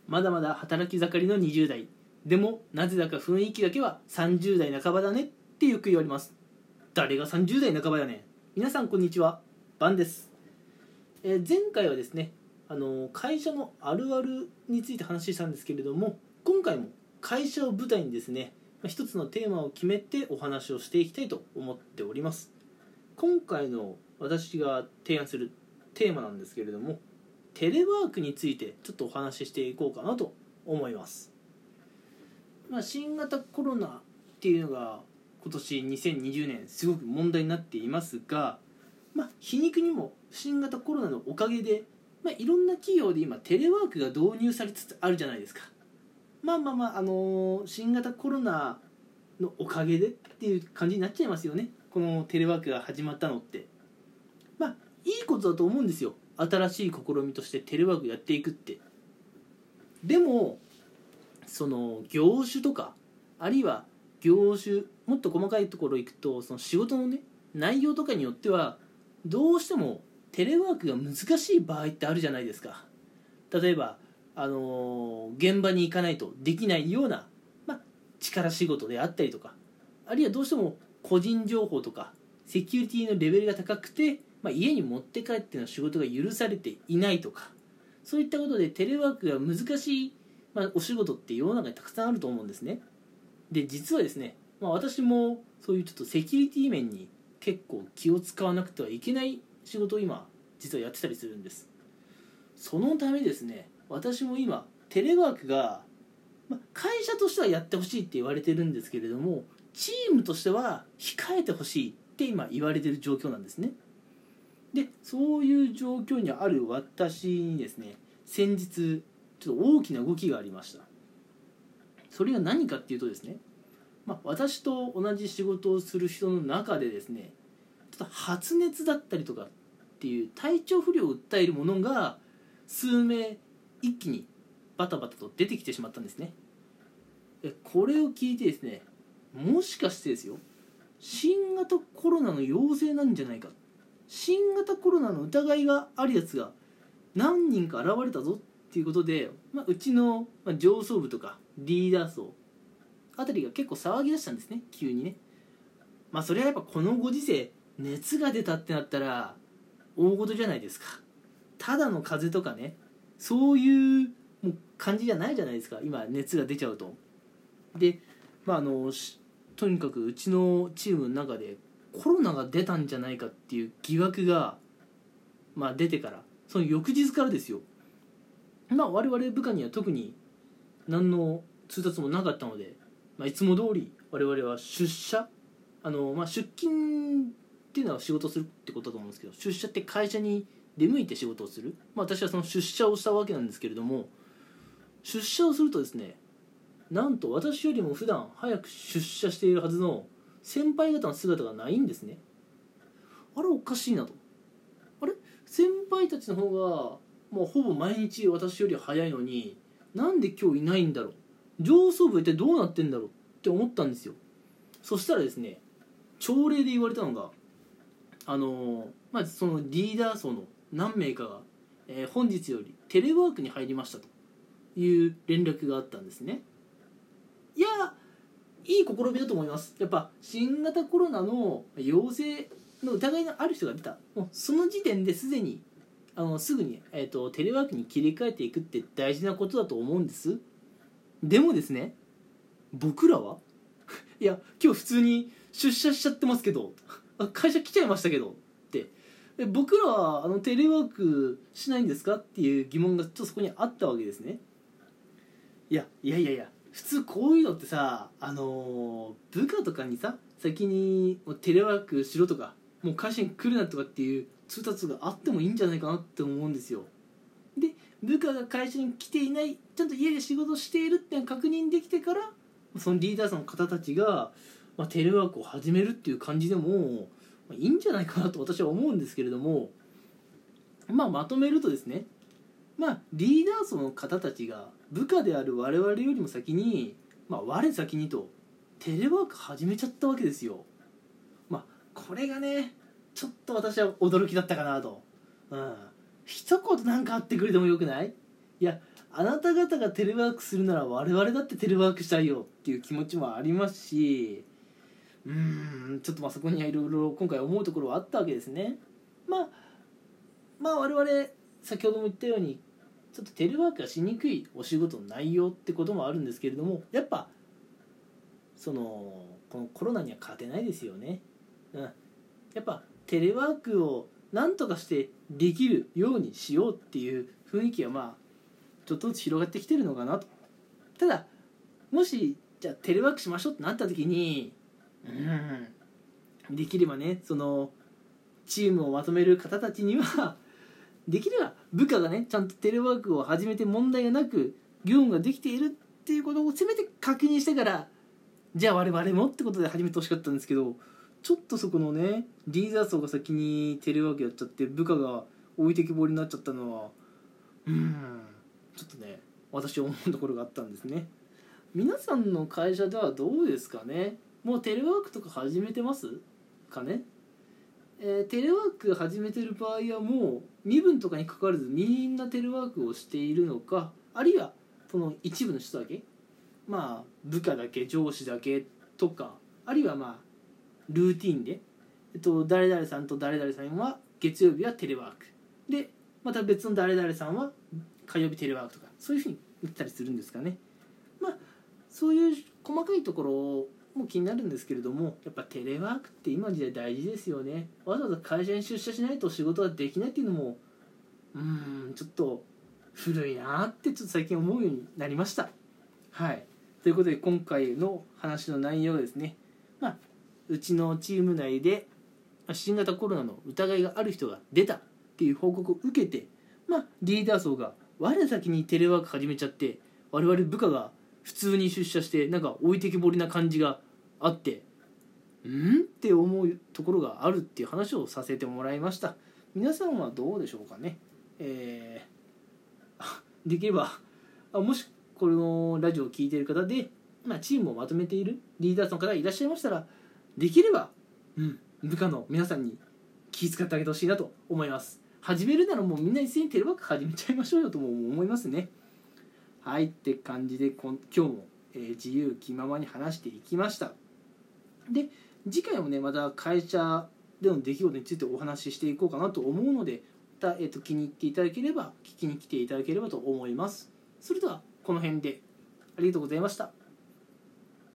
まだまだ働き盛りの20代でもなぜだか雰囲気だけは30代半ばだねってよく言われます。誰が30代半ばやねん。皆さんこんにちは、バンです。前回はですね、会社のあるあるについて話したんですけれども、今回も会社を舞台にですね、一つのテーマを決めてお話をしていきたいと思っております。今回の私が提案するテーマなんですけれども、テレワークについてちょっとお話ししていこうかなと思います。新型コロナっていうのが今年2020年すごく問題になっていますが、皮肉にも新型コロナのおかげで、いろんな企業で今テレワークが導入されつつあるじゃないですか。新型コロナのおかげでっていう感じになっちゃいますよね。このテレワークが始まったのっていいことだと思うんですよ。新しい試みとしてテレワークやっていくって。でもその業種とか、あるいは業種もっと細かいところ行くと、その仕事のね内容とかによってはどうしてもテレワークが難しい場合ってあるじゃないですか。例えば現場に行かないとできないような、力仕事であったりとか、あるいはどうしても個人情報とかセキュリティのレベルが高くて、家に持って帰っての仕事が許されていないとか、そういったことでテレワークが難しい、お仕事って世の中にたくさんあると思うんですね。で実はですね、私もそういうちょっとセキュリティ面に結構気を使わなくてはいけない仕事を今実はやってたりするんです。そのためですね、私も今テレワークが、会社としてはやってほしいって言われてるんですけれども、チームとしては控えてほしいって今言われてる状況なんですね。でそういう状況にある私にですね、先日ちょっと大きな動きがありました。それが何かっていうとですね、私と同じ仕事をする人の中でですね、ちょっと発熱だったりとかっていう体調不良を訴えるものが数名一気にバタバタと出てきてしまったんですね。これを聞いてですね、もしかしてですよ、新型コロナの陽性なんじゃないか、新型コロナの疑いがあるやつが何人か現れたぞっていうことで、うちの上層部とかリーダー層あたりが結構騒ぎ出したんですね、急にね。それはやっぱこのご時世、熱が出たってなったら大事じゃないですか。ただの風邪とかね、そういうもう感じじゃないじゃないですか、今熱が出ちゃうと。でとにかくうちのチームの中でコロナが出たんじゃないかっていう疑惑が、出てから、その翌日からですよ、我々部下には特に何の通達もなかったので、いつも通り我々は出社、出勤っていうのは仕事するってことだと思うんですけど、出社って会社に出向いて仕事をする、私はその出社をしたわけなんですけれども、出社をするとですね、なんと私よりも普段早く出社しているはずの先輩方の姿がないんですね。あれおかしいなと。あれ先輩たちの方がもうほぼ毎日私より早いのに、なんで今日いないんだろう、上層部ってどうなってんだろうって思ったんですよ。そしたらですね、朝礼で言われたのが、そのリーダー層の何名かが、本日よりテレワークに入りましたという連絡があったんですね。いや、いい試みだと思います。やっぱ新型コロナの陽性の疑いのある人が出た、もうその時点ですでにすぐに、テレワークに切り替えていくって大事なことだと思うんです。でもですね、僕らはいや今日普通に出社しちゃってますけど、会社来ちゃいましたけどって、僕らはテレワークしないんですかっていう疑問がちょっとそこにあったわけですね。いや普通こういうのってさ、部下とかにさ、先にテレワークしろとか、もう会社に来るなとかっていう通達があってもいいんじゃないかなって思うんですよ。で部下が会社に来ていない、ちゃんと家で仕事しているって確認できてから、そのリーダーさんの方たちが、テレワークを始めるっていう感じでもいいんじゃないかなと私は思うんですけれども、まとめるとですね、リーダー層の方たちが部下である我々よりも先に、我先にとテレワーク始めちゃったわけですよ。これがね、ちょっと私は驚きだったかなと。一言なんかあってくれてもよくない？いや、 あなた方がテレワークするなら我々だってテレワークしたいよっていう気持ちもありますし、ちょっとそこにはいろいろ今回思うところはあったわけですね。我々先ほども言ったようにちょっとテレワークがしにくいお仕事の内容ってこともあるんですけれども、やっぱこのコロナには勝てないですよね。やっぱテレワークをなんとかしてできるようにしようっていう雰囲気はちょっとずつ広がってきてるのかなと。ただもしじゃあテレワークしましょうってなった時にできればね、チームをまとめる方たちにはできれば部下がねちゃんとテレワークを始めて問題がなく業務ができているっていうことをせめて確認してから、じゃあ我々もってことで始めてほしかったんですけど、ちょっとそこのねリーダー層が先にテレワークやっちゃって部下が置いてきぼりになっちゃったのはちょっとね私思うところがあったんですね。皆さんの会社ではどうですかね。もうテレワークとか始めてますかね。テレワーク始めてる場合はもう身分とかに関わらずみんなテレワークをしているのか、あるいはその一部の人だけ、部下だけ上司だけとか、あるいはルーティンで、誰々さんと誰々さんは月曜日はテレワークで、また別の誰々さんは火曜日テレワークとか、そういうふうに言ったりするんですかね。そういう細かいところも気になるんですけれども、やっぱテレワークって今の時代大事ですよね。わざわざ会社に出社しないと仕事ができないっていうのもちょっと古いなってちょっと最近思うようになりました。ということで今回の話の内容がですね、うちのチーム内で新型コロナの疑いがある人が出たっていう報告を受けて、リーダー層が我先にテレワーク始めちゃって、我々部下が普通に出社して置いてきぼりな感じがあってって思うところがあるっていう話をさせてもらいました。皆さんはどうでしょうかね。できればもしこのラジオを聞いている方で、チームをまとめているリーダーの方がいらっしゃいましたら、できれば、部下の皆さんに気遣ってあげてほしいなと思います。始めるならもうみんな一斉にテレワーク始めちゃいましょうよとも思いますね。って感じで今日も、自由気ままに話していきました。で次回もねまた会社での出来事についてお話ししていこうかなと思うので、また、気に入っていただければ聞きに来ていただければと思います。それではこの辺でありがとうございました。